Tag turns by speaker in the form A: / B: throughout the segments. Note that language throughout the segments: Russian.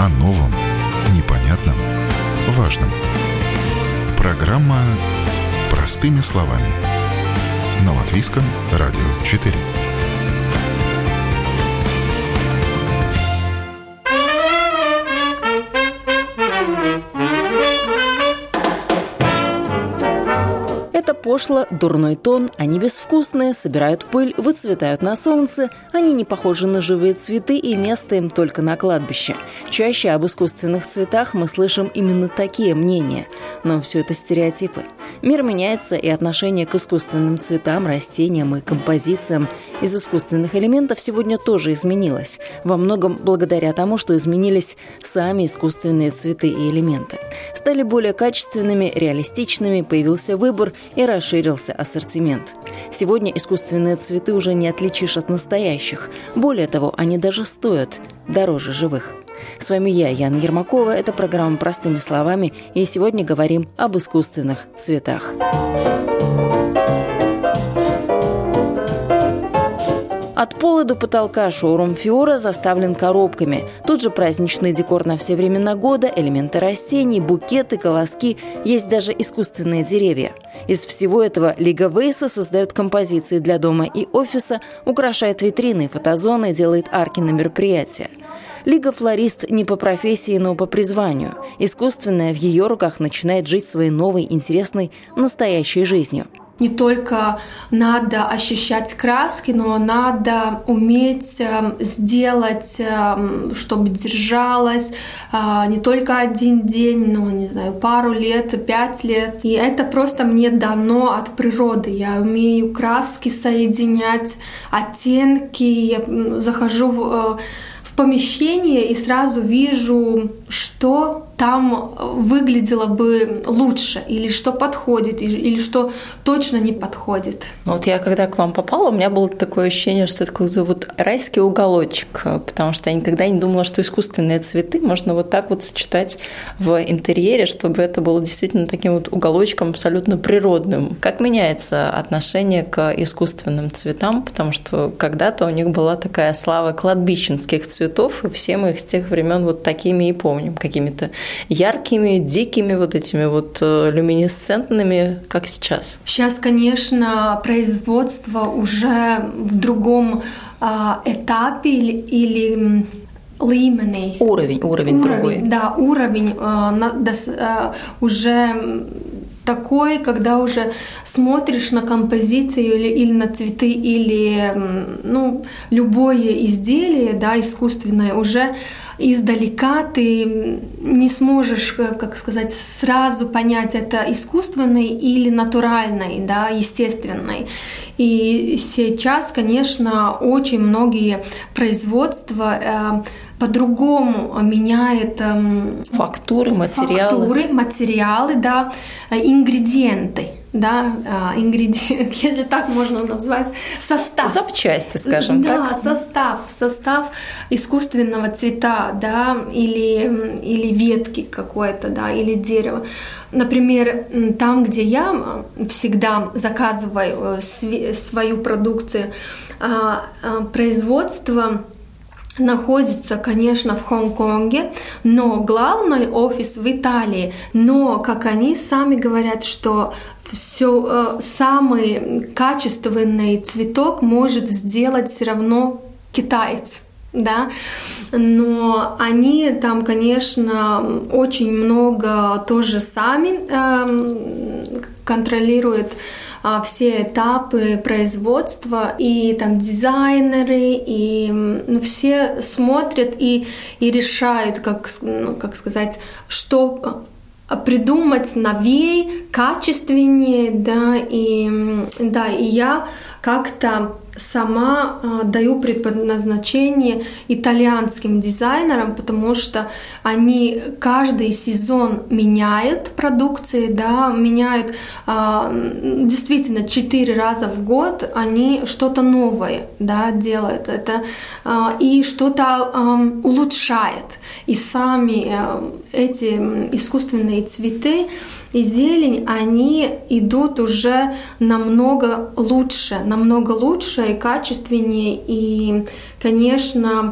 A: О новом, непонятном, важном. Программа «Простыми словами» на Латвийском радио 4.
B: Это пошло, дурной тон, они безвкусные, собирают пыль, выцветают на солнце, они не похожи на живые цветы и место им только на кладбище. Чаще об искусственных цветах мы слышим именно такие мнения. Но все это стереотипы. Мир меняется, и отношение к искусственным цветам, растениям и композициям из искусственных элементов сегодня тоже изменилось. Во многом благодаря тому, что изменились сами искусственные цветы и элементы. Стали более качественными, реалистичными, появился выбор и расширился ассортимент. Сегодня искусственные цветы уже не отличишь от настоящих. Более того, они даже стоят дороже живых. С вами я, Яна Ермакова. Это программа «Простыми словами», и сегодня говорим об искусственных цветах. От пола до потолка шоурум «Фиора» заставлен коробками. Тут же праздничный декор на все времена года, элементы растений, букеты, колоски. Есть даже искусственные деревья. Из всего этого Лига Вейса создает композиции для дома и офиса, украшает витрины, фотозоны, делает арки на мероприятия. Лига флорист не по профессии, но по призванию. Искусственное в ее руках начинает жить своей новой, интересной, настоящей жизнью.
C: Не только надо ощущать краски, но надо уметь сделать, чтобы держалось не только один день, но, не знаю, пару лет, 5 лет. И это просто мне дано от природы. Я умею краски соединять, оттенки. Я захожу в помещение и сразу вижу, что там выглядело бы лучше, или что подходит, или что точно не подходит.
B: Вот я когда к вам попала, у меня было такое ощущение, что это какой-то вот райский уголочек, потому что я никогда не думала, что искусственные цветы можно вот так вот сочетать в интерьере, чтобы это было действительно таким вот уголочком абсолютно природным. Как меняется отношение к искусственным цветам, потому что когда-то у них была такая слава кладбищенских цветов, и все мы их с тех времен вот такими и помним, какими-то яркими, дикими, вот этими вот люминесцентными, как сейчас.
C: Сейчас, конечно, производство уже в другом этапе или līmenī.
B: Уровень другой.
C: Да, уровень уже такой, когда уже смотришь на композицию или на цветы, или любое изделие, да, искусственное, уже издалека ты не сможешь, как сказать, сразу понять, это искусственный или натуральный, да, естественный. И сейчас, конечно, очень многие производства по-другому меняет
B: фактуры,
C: материалы, да, ингредиенты. Да, если так можно назвать, состав.
B: Запчасти, скажем так.
C: Да, состав искусственного цвета, да, или ветки какой-то, да, или дерева. Например, там, где я всегда заказываю свою продукцию, производство находится, конечно, в Гонконге, но главный офис в Италии. Но, как они сами говорят, что самый качественный цветок может сделать все равно китаец. Да? Но они там, конечно, очень много тоже сами контролируют все этапы производства, и там дизайнеры, и все смотрят и решают, как сказать, что придумать новее, качественнее, да, и я как-то сама даю предназначение итальянским дизайнерам, потому что они каждый сезон меняют продукции, да, меняют действительно 4 раза в год, они что-то новое, да, делают это и что-то улучшает. И сами эти искусственные цветы и зелень, они идут уже намного лучше и качественнее. И, конечно,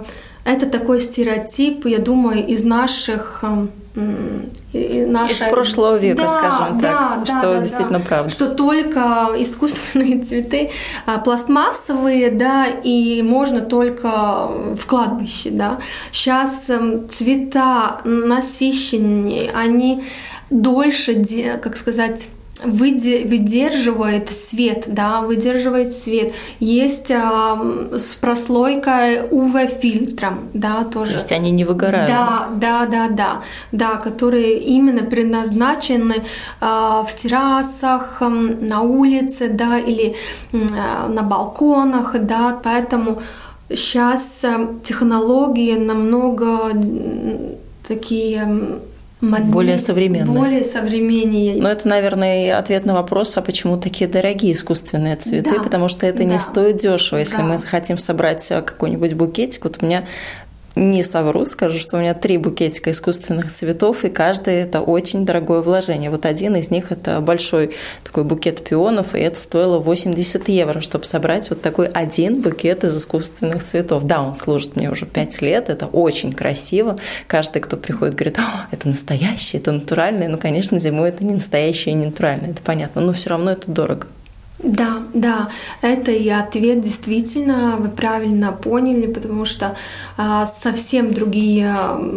C: это такой стереотип, я думаю, из наших...
B: Из прошлого века, скажем так, что действительно правда.
C: Что только искусственные цветы пластмассовые, да, и можно только в кладбище, да. Сейчас цвета насыщеннее, они дольше, как сказать, выдерживает свет, да, выдерживает свет. Есть с прослойкой UV-фильтром, да, тоже.
B: То есть они не выгорают.
C: Да, которые именно предназначены в террасах, на улице, да, или на балконах, да, поэтому сейчас технологии намного такие...
B: Более
C: современные.
B: Но это, наверное, и ответ на вопрос, а почему такие дорогие искусственные цветы,
C: да,
B: потому что это не стоит дешево. Если мы хотим собрать какой-нибудь букетик, вот у меня, не совру, скажу, что у меня 3 букетика искусственных цветов, и каждый это очень дорогое вложение. Вот один из них это большой такой букет пионов, и это стоило 80 евро, чтобы собрать вот такой один букет из искусственных цветов. Да, он служит мне уже 5 лет, это очень красиво. Каждый, кто приходит, говорит, это настоящее, это натуральное. Ну, конечно, зимой это не настоящее и не натуральное, это понятно, но все равно это дорого.
C: Да, это и ответ действительно, вы правильно поняли, потому что совсем другие,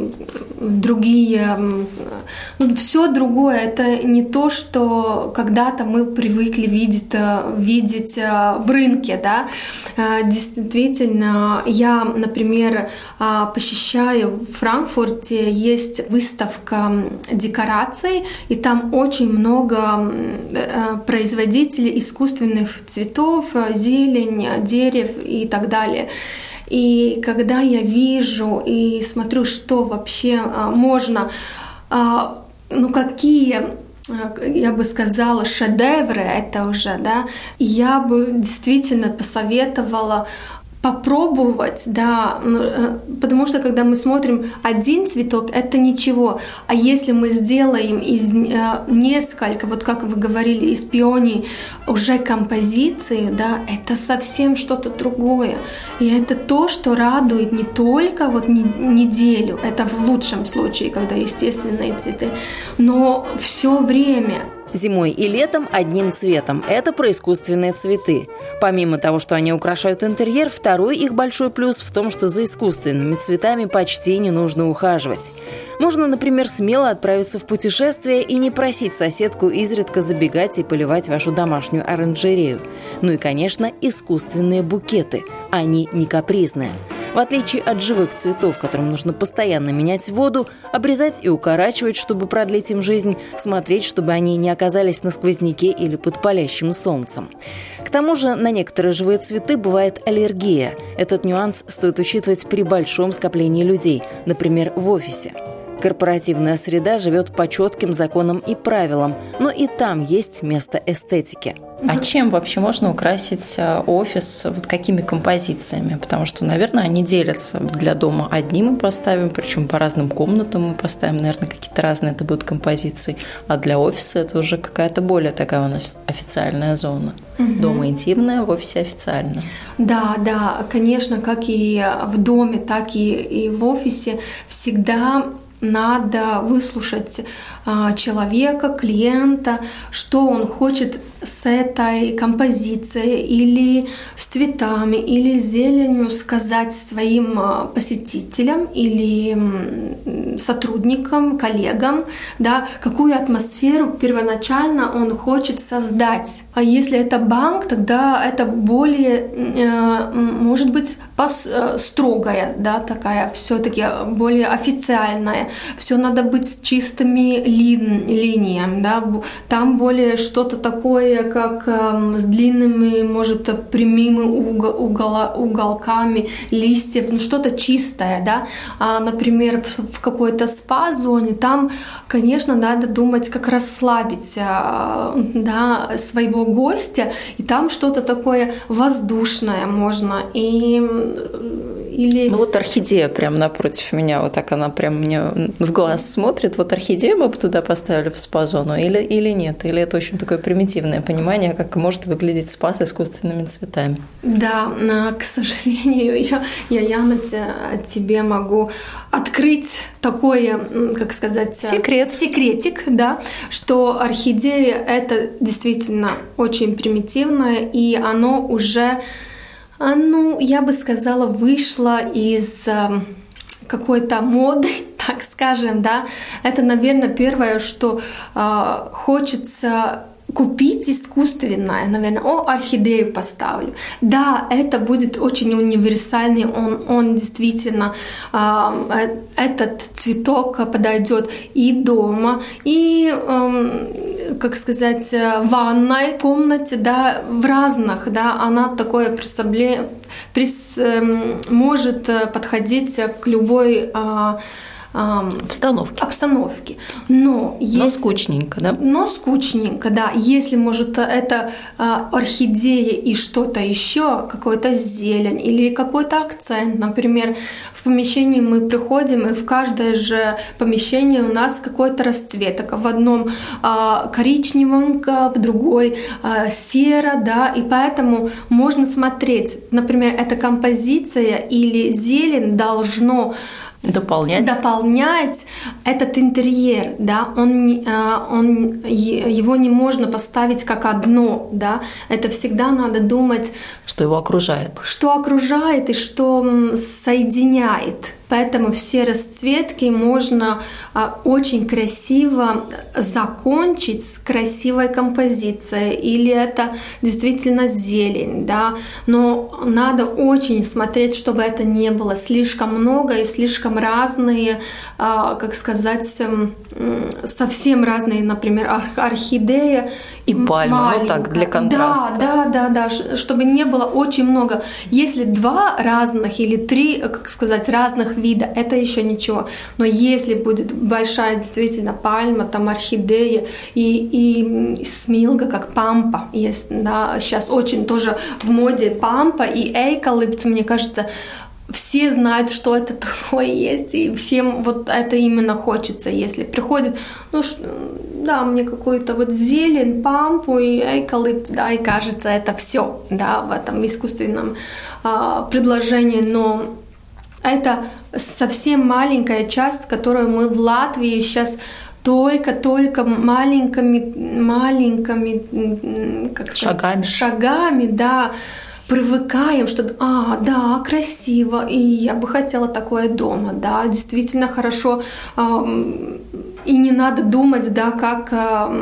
C: все другое. Это не то, что когда-то мы привыкли видеть в рынке, да. Действительно, я, например, посещаю в Франкфурте, есть выставка декораций, и там очень много производителей искусственных цветов, зелень, дерев и так далее. И когда я вижу и смотрю, что вообще можно, какие, я бы сказала, шедевры это уже, да, я бы действительно посоветовала попробовать, да, потому что когда мы смотрим один цветок, это ничего, а если мы сделаем из несколько, вот как вы говорили, из пионий уже композиции, да, это совсем что-то другое, и это то, что радует не только вот неделю, это в лучшем случае, когда естественные цветы, но все время.
B: Зимой и летом одним цветом. Это про искусственные цветы. Помимо того, что они украшают интерьер, второй их большой плюс в том, что за искусственными цветами почти не нужно ухаживать. Можно, например, смело отправиться в путешествие и не просить соседку изредка забегать и поливать вашу домашнюю оранжерею. Ну и, конечно, искусственные букеты. Они не капризные. В отличие от живых цветов, которым нужно постоянно менять воду, обрезать и укорачивать, чтобы продлить им жизнь, смотреть, чтобы они не оказались на сквозняке или под палящим солнцем. К тому же на некоторые живые цветы бывает аллергия. Этот нюанс стоит учитывать при большом скоплении людей, например, в офисе. Корпоративная среда живет по четким законам и правилам, но и там есть место эстетике. А чем вообще можно украсить офис, вот какими композициями? Потому что, наверное, они делятся. Для дома одни мы поставим, причем по разным комнатам мы поставим, наверное, какие-то разные это будут композиции. А для офиса это уже какая-то более такая у нас официальная зона. Дома интимная, в офисе официально.
C: Да, конечно, как и в доме, так и в офисе всегда надо выслушать человека, клиента, что он хочет с этой композицией или с цветами, или с зеленью сказать своим посетителям или сотрудникам, коллегам, да, какую атмосферу первоначально он хочет создать. А если это банк, тогда это более, может быть, строгая, да, такая все-таки более официальная. Все надо быть с чистыми линиями, да, там более что-то такое, как с длинными, может, прямыми уголками листьев, что-то чистое, да. А, например, в какой-то спа-зоне, там, конечно, надо думать, как расслабить, да, своего гостя, и там что-то такое воздушное можно. И Или...
B: Ну вот орхидея прямо напротив меня, вот так она прям мне в глаз смотрит. Вот орхидею мы бы туда поставили в спа-зону или нет? Или это очень такое примитивное понимание, как может выглядеть спа с искусственными цветами?
C: Да, к сожалению, я Яна, тебе могу открыть такой, как сказать... Секретик, да, что орхидея — это действительно очень примитивное, и оно уже, я бы сказала, вышло из какой-то моды, так скажем, да. Это, наверное, первое, что хочется купить искусственное, наверное, орхидею поставлю. Да, это будет очень универсальный, он действительно, этот цветок подойдет и дома, и, как сказать, в ванной комнате, да, в разных, да, она такое может подходить к любой обстановки. Но
B: скучненько, да?
C: Но скучненько, да. Если, может, это орхидея и что-то еще, какой-то зелень или какой-то акцент. Например, в помещении мы приходим, и в каждое же помещение у нас какой-то расцветок. В одном коричневенько, в другой серо, да, и поэтому можно смотреть, например, эта композиция или зелень должно дополнять этот интерьер, да, его не можно поставить как одно, да, это всегда надо думать,
B: что его окружает.
C: Что окружает и что соединяет. Поэтому все расцветки можно очень красиво закончить с красивой композицией. Или это действительно зелень, да. Но надо очень смотреть, чтобы это не было слишком много и слишком разные, как сказать, совсем разные, например, орхидея
B: и пальма, ну так, для контраста.
C: Да, чтобы не было очень много. Если 2 разных или 3, как сказать, разных вида, это еще ничего. Но если будет большая действительно пальма, там орхидея и смилга, как пампа есть, да, сейчас очень тоже в моде пампа и эйкалипт, мне кажется, все знают, что это такое есть, и всем вот это именно хочется, если приходит, мне какую-то вот зелень, пампу и эйкалипт, да, и кажется, это все, да, в этом искусственном предложении, но это совсем маленькая часть, которую мы в Латвии сейчас только маленькими, как сказать, шагами, да, привыкаем, что красиво, и я бы хотела такое дома, да, действительно хорошо, и не надо думать, да, как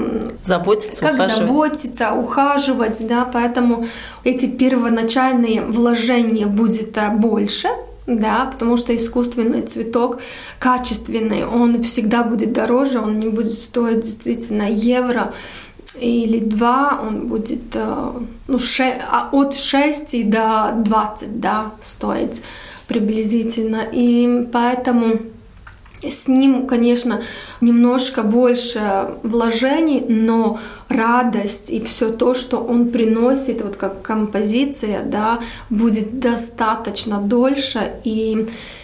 C: заботиться, ухаживать, да, поэтому эти первоначальные вложения будет больше, да, потому что искусственный цветок качественный, он всегда будет дороже, он не будет стоить действительно евро или 2, он будет от 6 до 20, да, стоить приблизительно. И поэтому с ним, конечно, немножко больше вложений, но радость и все то, что он приносит, вот как композиция, да, будет достаточно дольше. И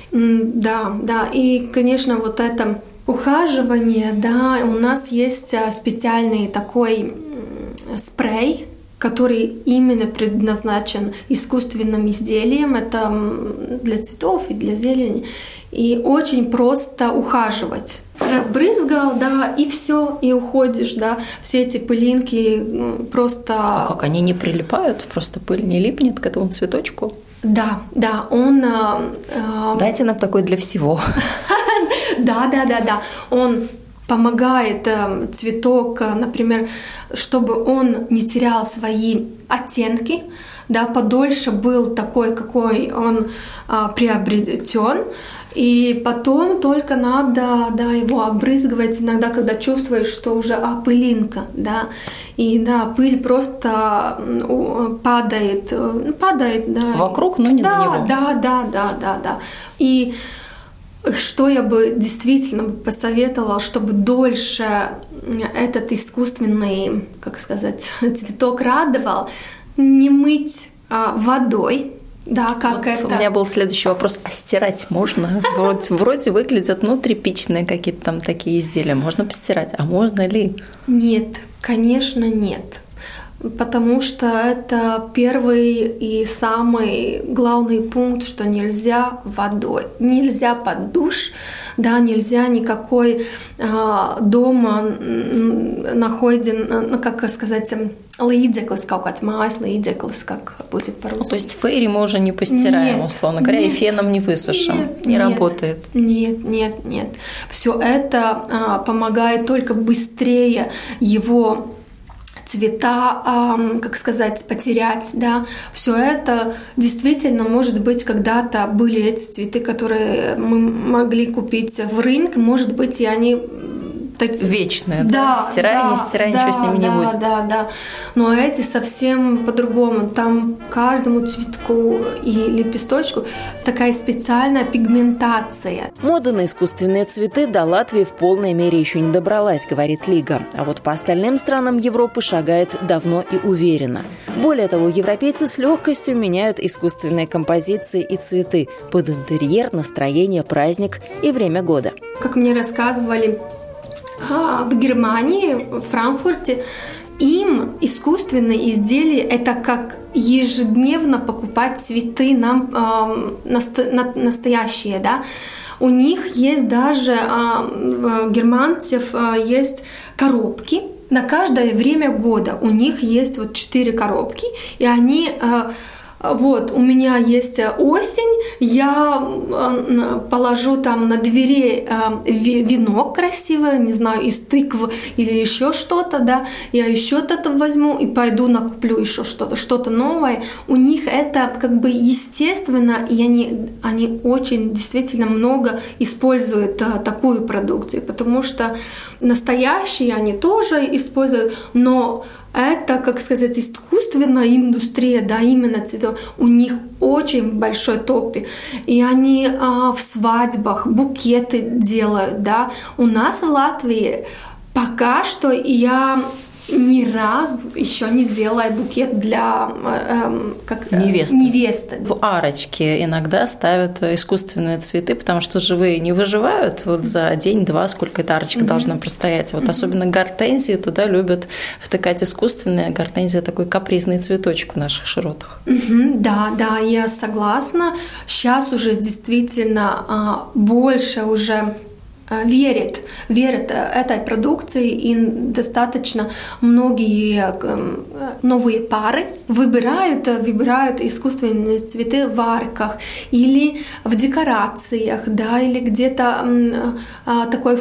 C: и, конечно, вот это ухаживание, да, у нас есть специальный такой спрей, который именно предназначен искусственным изделием. Это для цветов и для зелени. И очень просто ухаживать. Разбрызгал, да, и все, и уходишь, да. Все эти пылинки просто...
B: А как, они не прилипают? Просто пыль не липнет к этому цветочку?
C: Да, он...
B: Дайте нам такой для всего.
C: Да. Он помогает цветок, например, чтобы он не терял свои оттенки, да, подольше был такой, какой он приобретен. И потом только надо, да, его обрызгивать иногда, когда чувствуешь, что уже пылинка, да. И да, пыль просто падает, да.
B: Вокруг, но не на него.
C: Да. И что я бы действительно посоветовала, чтобы дольше этот искусственный, как сказать, цветок радовал, не мыть водой, Да, как
B: вот
C: это?
B: У меня был следующий вопрос. А стирать можно? Вроде выглядят, тряпичные какие-то там такие изделия. Можно постирать. А можно ли?
C: Нет, конечно, нет. Потому что это первый и самый главный пункт, что нельзя водой, нельзя под душ, да, нельзя никакой дома находен, как сказать, līdzeklis, kaut kāds mājas līdzeklis, как будет по-русски.
B: То есть фейри мы уже не постираем, нет, условно говоря, и феном не высушим, не работает.
C: Нет. Все это помогает только быстрее его цвета, как сказать, потерять, да. Все это действительно, может быть, когда-то были эти цветы, которые мы могли купить в рынке, может быть, и они
B: вечные, да? Стирай, не стирай, ничего с ними не будет.
C: Да. Но эти совсем по-другому. Там каждому цветку и лепесточку такая специальная пигментация.
B: Мода на искусственные цветы до Латвии в полной мере еще не добралась, говорит Лига. А вот по остальным странам Европы шагает давно и уверенно. Более того, европейцы с легкостью меняют искусственные композиции и цветы под интерьер, настроение, праздник и время года.
C: Как мне рассказывали, в Германии, в Франкфурте, им искусственные изделия – это как ежедневно покупать цветы нам настоящие, да. У них есть даже, германцев, есть коробки на каждое время года. У них есть 4 коробки, и они… у меня есть осень, я положу там на двери венок красивый, не знаю, из тыквы или еще что-то, да, я еще что-то возьму и пойду накуплю еще что-то новое. У них это как бы естественно, и они очень действительно много используют такую продукцию, потому что настоящие они тоже используют, но это, как сказать, искусственная индустрия, да, именно цветов, у них очень большой топи. И они в свадьбах букеты делают, да. У нас в Латвии пока что я ни разу еще не делаю букет для невесты.
B: В арочке иногда ставят искусственные цветы, потому что живые не выживают за день-два, сколько эта арочка должна простоять. Особенно гортензии туда любят втыкать искусственные. Гортензия такой капризный цветочек в наших широтах.
C: Да, я согласна. Сейчас уже действительно больше уже верит этой продукции, и достаточно многие новые пары выбирают искусственные цветы в арках или в декорациях, да, или где-то такой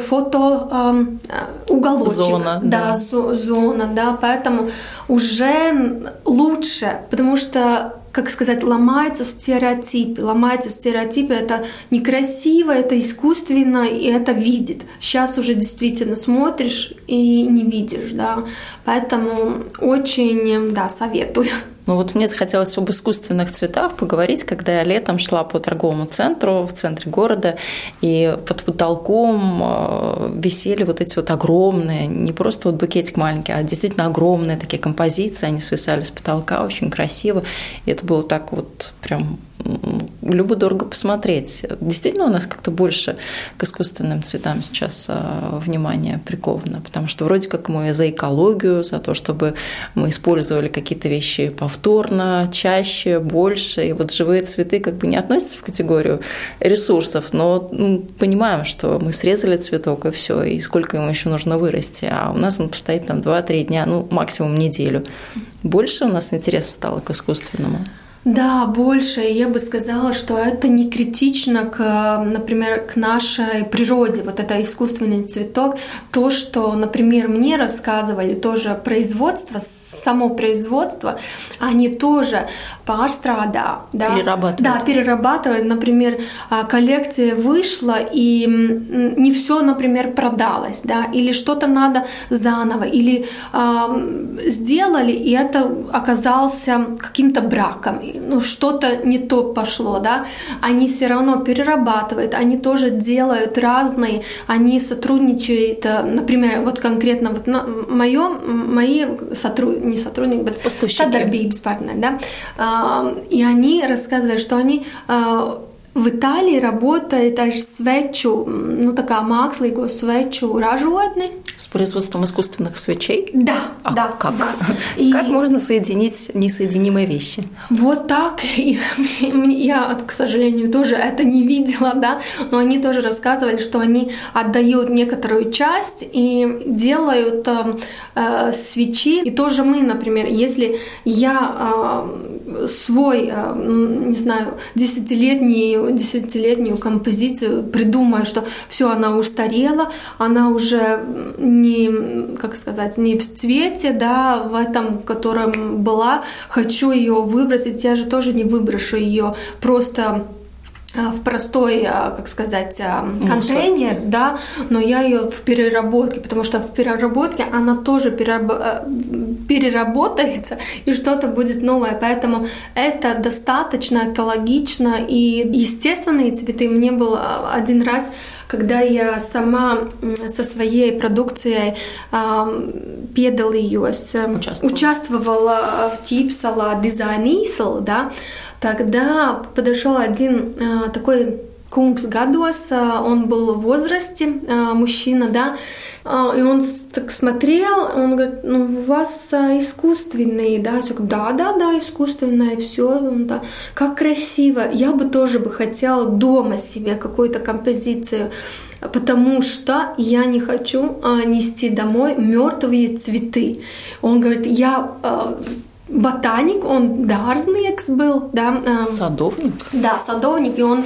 C: уголочек. Зона, да, поэтому уже лучше, потому что, как сказать, ломаются стереотипы. Это некрасиво, это искусственно, и это видит. Сейчас уже действительно смотришь и не видишь, да. Поэтому очень, советую.
B: Мне захотелось об искусственных цветах поговорить, когда я летом шла по торговому центру в центре города, и под потолком висели эти огромные, не просто букетик маленький, а действительно огромные такие композиции, они свисали с потолка, очень красиво, и это было так прям любо-дорого посмотреть. Действительно, у нас как-то больше к искусственным цветам сейчас внимание приковано, потому что вроде как мы за экологию, за то, чтобы мы использовали какие-то вещи повторно, чаще, больше. И живые цветы как бы не относятся в категорию ресурсов, но понимаем, что мы срезали цветок и все, и сколько ему еще нужно вырасти. А у нас он постоит там 2-3 дня, максимум неделю. Больше у нас интереса стало к искусственному.
C: Да, больше. Я бы сказала, что это не критично, например, к нашей природе. Это искусственный цветок. То, что, например, мне рассказывали, тоже само производство, они тоже pārstrādā, да, перерабатывают. Например, коллекция вышла, и не все, например, продалось, да, или что-то надо заново, или сделали, и это оказался каким-то браком. что-то не то пошло, да, они все равно перерабатывают, они тоже делают разные, они сотрудничают, например, вот конкретно вот мои сотрудники, sadarbības-партнери, да, и они рассказывают, что они в Италии работает аж свечу, такая mākslīgo свечу ražotne.
B: С производством искусственных свечей?
C: Да,
B: да. Как? Да. Как можно соединить несоединимые вещи?
C: Вот так. И я, к сожалению, тоже это не видела, да, но они тоже рассказывали, что они отдают некоторую часть и делают свечи. И тоже мы, например, если я свой, не знаю, десятилетнюю композицию придумаю, что все, она устарела, она уже не в цвете, да, в этом, в котором была, хочу ее выбросить, я же тоже не выброшу ее просто в простой, контейнер, да, но я ее в переработке, потому что в переработке она тоже переработается и что-то будет новое, поэтому это достаточно экологично и естественные цветы. Мне было один раз, когда я сама со своей продукцией участвовала в Типсала дизайн-исл, да, тогда подошел один такой кунgs gados, он был в возрасте, мужчина, да, и он так смотрел, он говорит, у вас искусственные, да, я говорю, да, искусственное, все, да, как красиво, я бы тоже хотела дома себе какую-то композицию, потому что я не хочу нести домой мертвые цветы. Он говорит, я ботаник, он дārznieks был, да.
B: Садовник?
C: Да, садовник, и он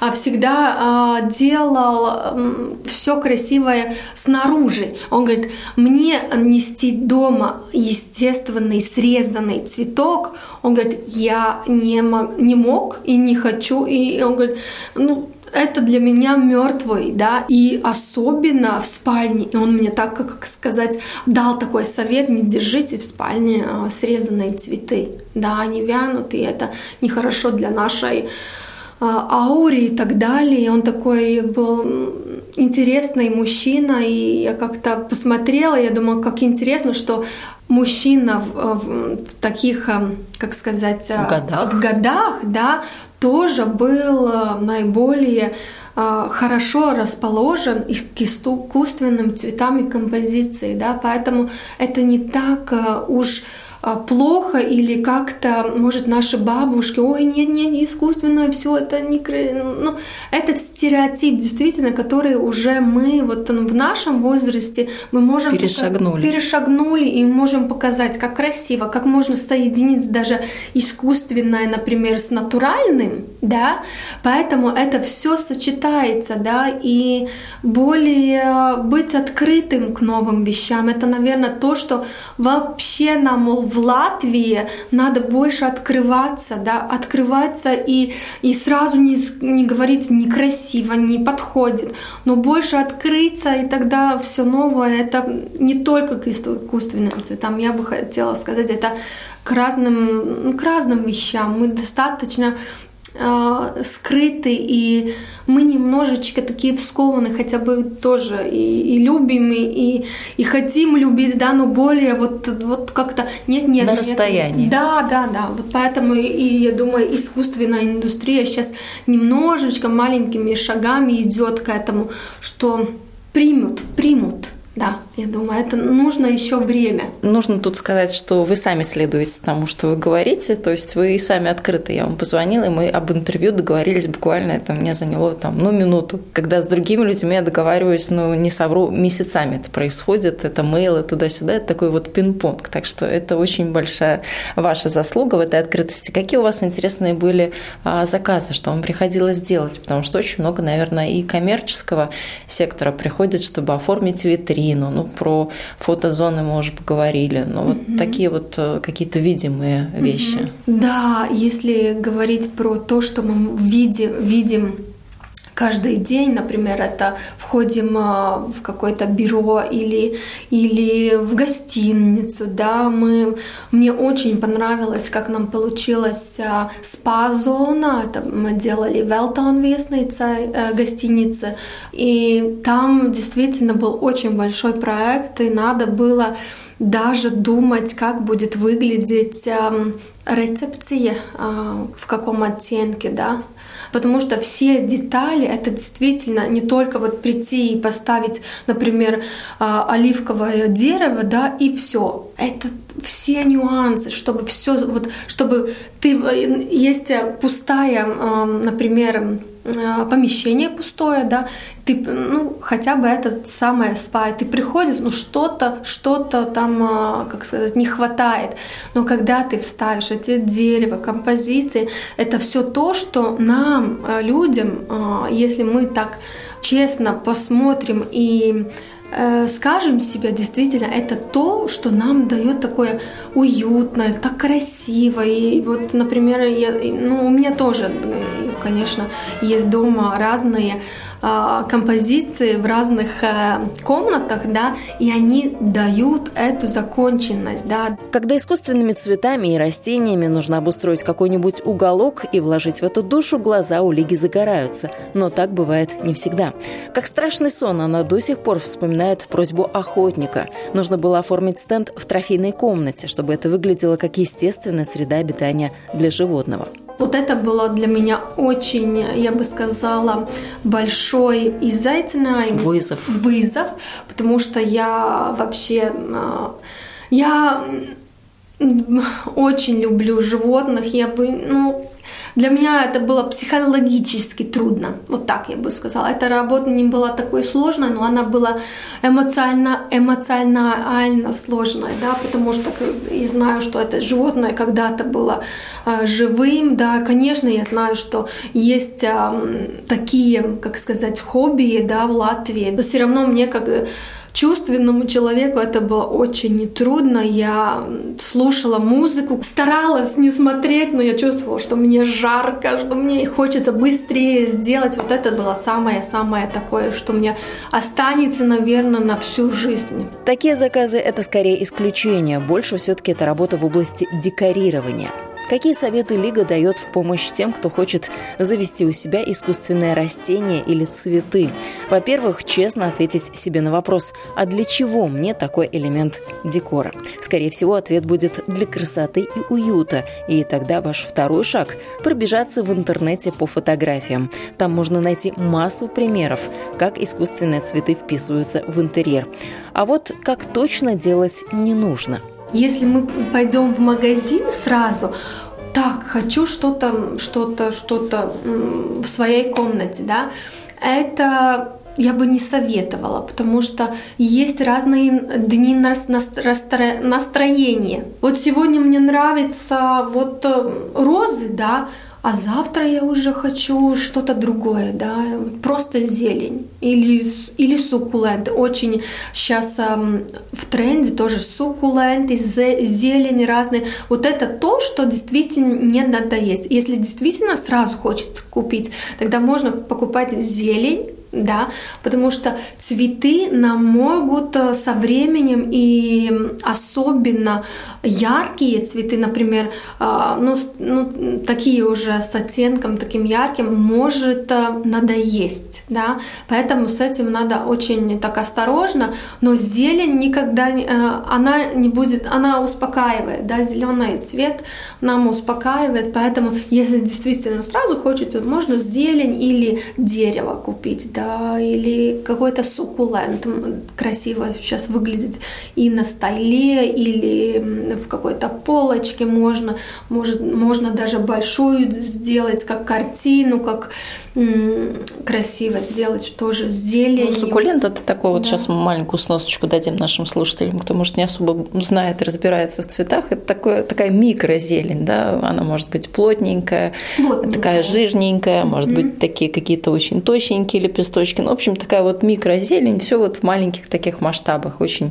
C: всегда делал все красивое снаружи. Он говорит, мне нести дома естественный срезанный цветок, он говорит, я не мог и не хочу, и он говорит, это для меня мертвый, да, и особенно в спальне. И он мне так, как сказать, дал такой совет: не держите в спальне срезанные цветы, да, они вянут, и это нехорошо для нашей ауры и так далее. И он такой был интересный мужчина, и я как-то посмотрела, я думала, как интересно, что мужчина в таких, как сказать, в годах, да, тоже был наиболее хорошо расположен к искусственным цветам и композиции, да, поэтому это не так уж плохо или как-то, может, наши бабушки, ой, нет, не искусственное, все это не... этот стереотип, действительно, который уже мы вот в нашем возрасте мы можем... Перешагнули и можем показать, как красиво, как можно соединить даже искусственное, например, с натуральным, да, поэтому это все сочетается, да, и более быть открытым к новым вещам. Это, наверное, то, что вообще нам в Латвии надо больше открываться, да, и сразу не говорить некрасиво, не подходит, но больше открыться, и тогда все новое, это не только к искусственным цветам, я бы хотела сказать, это к разным вещам. Мы достаточно скрыты, и мы немножечко такие вскованы, хотя бы тоже и любим, и хотим любить, да, но более вот как-то нет.
B: На расстоянии.
C: Да. Вот поэтому и я думаю, искусственная индустрия сейчас немножечко маленькими шагами идет к этому, что примут. Да, я думаю, это нужно еще время.
B: Нужно тут сказать, что вы сами следуете тому, что вы говорите, то есть вы сами открыты. Я вам позвонила, и мы об интервью договорились буквально, это мне заняло минуту. Когда с другими людьми я договариваюсь, не совру, месяцами это происходит, это мейлы туда-сюда, это такой вот пинг-понг. Так что это очень большая ваша заслуга в этой открытости. Какие у вас интересные были заказы, что вам приходилось делать? Потому что очень много, наверное, и коммерческого сектора приходит, чтобы оформить витрину. Про фотозоны мы уже поговорили, но вот такие вот какие-то видимые вещи.
C: Да, если говорить про то, что мы видим каждый день, например, это входим в какое-то бюро или в гостиницу, да, мне очень понравилось, как нам получилось спа-зона, это мы делали в Велтон-вестнице, гостинице, и там действительно был очень большой проект, и надо было даже думать, как будет выглядеть рецепция, в каком оттенке, да, потому что все детали, это действительно не только вот прийти и поставить, например, оливковое дерево, да, и все. Это все нюансы, чтобы все, вот, чтобы есть пустая, например, помещение пустое, да, ты, хотя бы это самое спа, ты приходишь, что-то там, как сказать, не хватает, но когда ты вставишь эти дерево, композиции, это все то, что нам, людям, если мы так честно посмотрим и скажем себе, действительно, это то, что нам дает такое уютное, так красиво. И вот, например, у меня тоже, конечно, есть дома разные композиции в разных комнатах, да, и они дают эту законченность, да.
B: Когда искусственными цветами и растениями нужно обустроить какой-нибудь уголок и вложить в эту душу, глаза у Лиги загораются. Но так бывает не всегда. Как страшный сон, она до сих пор вспоминает просьбу охотника. Нужно было оформить стенд в трофейной комнате, чтобы это выглядело как естественная среда обитания для животного.
C: Вот это было для меня очень, я бы сказала, большой вызов, потому что я вообще, я очень люблю животных, для меня это было психологически трудно, вот так я бы сказала. Эта работа не была такой сложной, но она была эмоционально сложной, да, потому что я знаю, что это животное когда-то было живым, да, конечно, я знаю, что есть такие, как сказать, хобби, да, в Латвии, но все равно мне как чувственному человеку это было очень трудно. Я слушала музыку, старалась не смотреть, но я чувствовала, что мне жарко, что мне хочется быстрее сделать. Вот это было самое-самое такое, что мне останется, наверное, на всю жизнь.
B: Такие заказы – это скорее исключение. Больше все-таки это работа в области декорирования. Какие советы Лига дает в помощь тем, кто хочет завести у себя искусственное растение или цветы? Во-первых, честно ответить себе на вопрос, а для чего мне такой элемент декора? Скорее всего, ответ будет для красоты и уюта. И тогда ваш второй шаг – пробежаться в интернете по фотографиям. Там можно найти массу примеров, как искусственные цветы вписываются в интерьер. А вот как точно делать не нужно.
C: Если мы пойдем в магазин сразу, так, хочу что-то в своей комнате, да, это я бы не советовала, потому что есть разные дни настроения. Вот сегодня мне нравятся розы, да, а завтра я уже хочу что-то другое, да, просто зелень или суккуленты. Очень сейчас в тренде тоже суккуленты, зелень разные. Вот это то, что действительно не надо есть. Если действительно сразу хочет купить, тогда можно покупать зелень, да, потому что цветы нам могут со временем, и особенно яркие цветы, например, такие уже с оттенком таким ярким, может надоесть, да, поэтому с этим надо очень так осторожно, но зелень никогда, она не будет, она успокаивает, да, зеленый цвет нам успокаивает, поэтому если действительно сразу хочется, можно зелень или дерево купить, да, или какой-то суккулент красиво сейчас выглядит и на столе, или в какой-то полочке можно даже большую сделать, как картину, как красиво сделать тоже с зеленью.
D: Суккулент – это такой вот, сейчас мы маленькую сносочку дадим нашим слушателям, кто, может, не особо знает и разбирается в цветах. Это такая микрозелень, да, она может быть плотненькая, такая жирненькая, может быть, такие какие-то очень точненькие лепесточки. В общем, такая вот микрозелень, все вот в маленьких таких масштабах, очень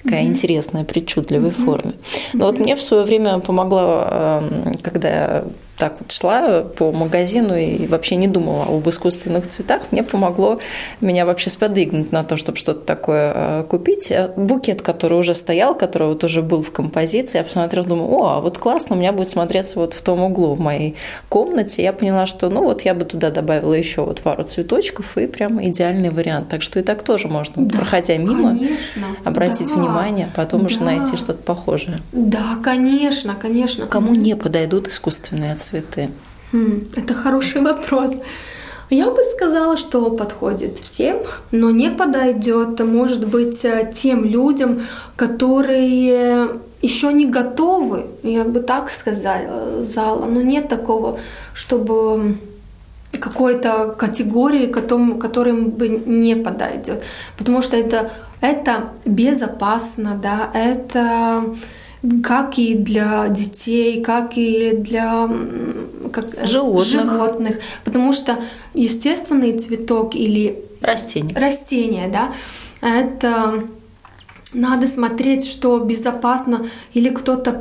D: такая интересная, причудливой форме. Но вот мне в свое время помогла, когда я так вот шла по магазину и вообще не думала об искусственных цветах, мне помогло меня вообще сподвигнуть на то, чтобы что-то такое купить. Букет, который уже стоял, который вот уже был в композиции, я посмотрела, думаю, а вот классно, у меня будет смотреться вот в том углу в моей комнате. Я поняла, что вот я бы туда добавила еще вот пару цветочков, и прям идеальный вариант. Так что и так тоже можно, проходя мимо, конечно, обратить внимание, а потом уже найти что-то похожее.
C: Да, конечно, конечно.
D: Кому не подойдут искусственные цветы?
C: Это хороший вопрос. Я бы сказала, что подходит всем, но не подойдет, может быть, тем людям, которые еще не готовы, я бы так сказала, но нет такого, чтобы какой-то категории, которым бы не подойдет, потому что это безопасно, да, это как и для детей, как и для животных. Потому что естественный цветок или растение, да, это надо смотреть, что безопасно, или кто-то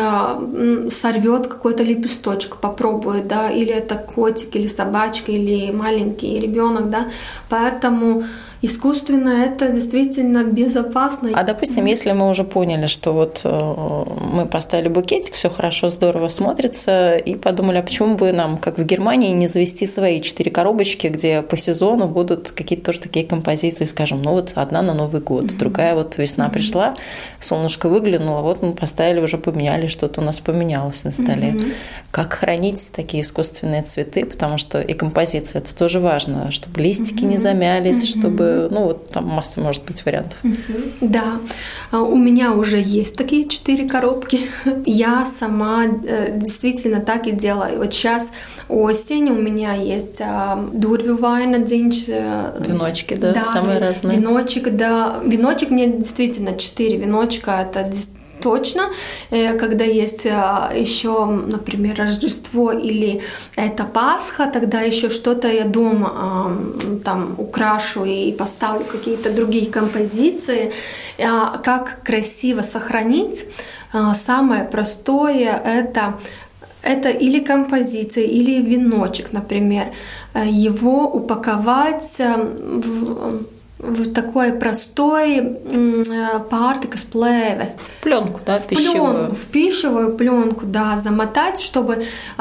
C: сорвет какой-то лепесточек, попробует, да, или это котик, или собачка, или маленький ребенок, да, поэтому искусственно это действительно безопасно.
D: А допустим, если мы уже поняли, что вот мы поставили букетик, все хорошо, здорово смотрится, и подумали, а почему бы нам, как в Германии, не завести свои 4 коробочки, где по сезону будут какие-то тоже такие композиции, скажем, вот одна на Новый год, другая вот весна пришла, солнышко выглянуло, вот мы поставили, уже поменяли, что-то у нас поменялось на столе. Как хранить такие искусственные цветы, потому что и композиция, это тоже важно, чтобы листики не замялись, чтобы там масса, может быть, вариантов.
C: Да, у меня уже есть такие 4 коробки. Я сама действительно так и делаю. Вот сейчас осень, у меня есть дурвювайнадзинч.
D: Веночки, да, самые разные.
C: Веночек, да. Веночек мне действительно 4 веночка, это точно, когда есть еще, например, Рождество или это Пасха, тогда еще что-то я дома там украшу и поставлю какие-то другие композиции. Как красиво сохранить? Самое простое это или композиция, или веночек, например. Его упаковать в такой простой pārtikas-plēve.
D: В пленку, да, пищевую.
C: В пищевую пленку, да, замотать, чтобы,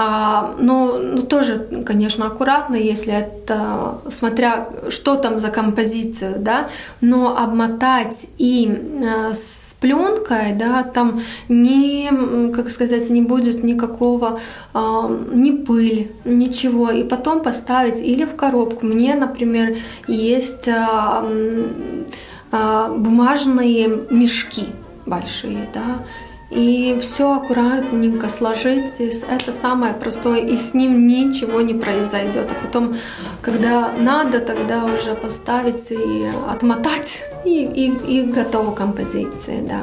C: тоже, конечно, аккуратно, если это, смотря что там за композицию, да, но обмотать и с пленкой, да, там не будет никакого, ни пыль, ничего, и потом поставить или в коробку. Мне, например, есть бумажные мешки большие, да, и все аккуратненько сложить, это самое простое, и с ним ничего не произойдет. А потом, когда надо, тогда уже поставить и отмотать, и готова композиция, да.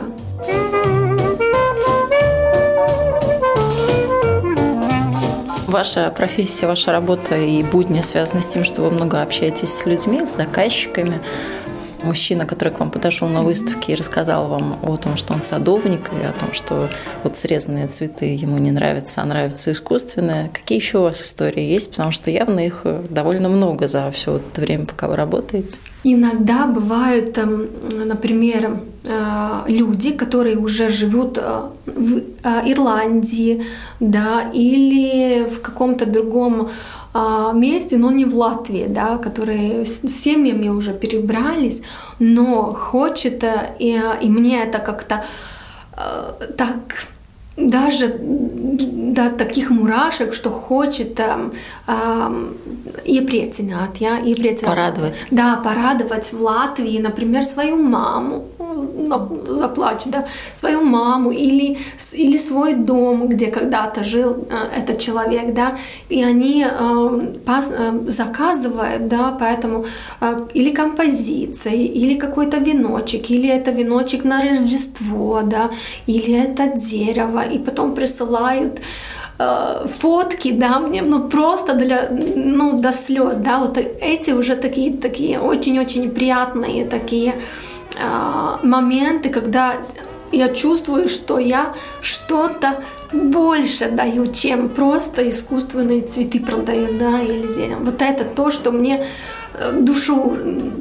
D: Ваша профессия, ваша работа и будни связаны с тем, что вы много общаетесь с людьми, с заказчиками. Мужчина, который к вам подошел на выставке и рассказал вам о том, что он садовник, и о том, что вот срезанные цветы ему не нравятся, а нравятся искусственные. Какие еще у вас истории есть? Потому что явно их довольно много за все вот это время, пока вы работаете.
C: Иногда бывают, например, люди, которые уже живут в Ирландии, да, или в каком-то другом месте, но не в Латвии, да, которые с семьями уже перебрались, но хочет, и мне это как-то так даже до таких мурашек, что хочет
D: порадовать.
C: Да, порадовать в Латвии, например, свою маму, заплачет, да, свою маму или свой дом, где когда-то жил этот человек, да, и они заказывают, да, поэтому или композиции, или какой-то веночек, или это веночек на Рождество, да, или это дерево, и потом присылают фотки, да, мне, просто до слез, да, вот эти уже такие очень-очень приятные, такие моменты, когда я чувствую, что я что-то больше даю, чем просто искусственные цветы продаю, да, или зелень. Вот это то, что мне душу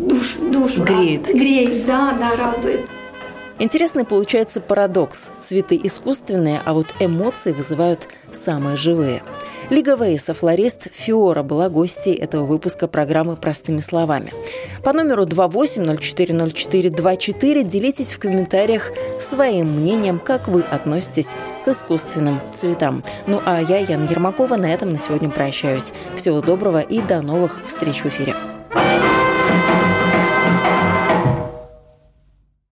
C: греет, да, радует.
B: Интересный получается парадокс. Цветы искусственные, а вот эмоции вызывают самые живые. Лига Вейса, флорист Фиора, была гостьей этого выпуска программы «Простыми словами». По номеру 28040424 делитесь в комментариях своим мнением, как вы относитесь к искусственным цветам. Ну а я, Яна Ермакова, на этом на сегодня прощаюсь. Всего доброго и до новых встреч в эфире.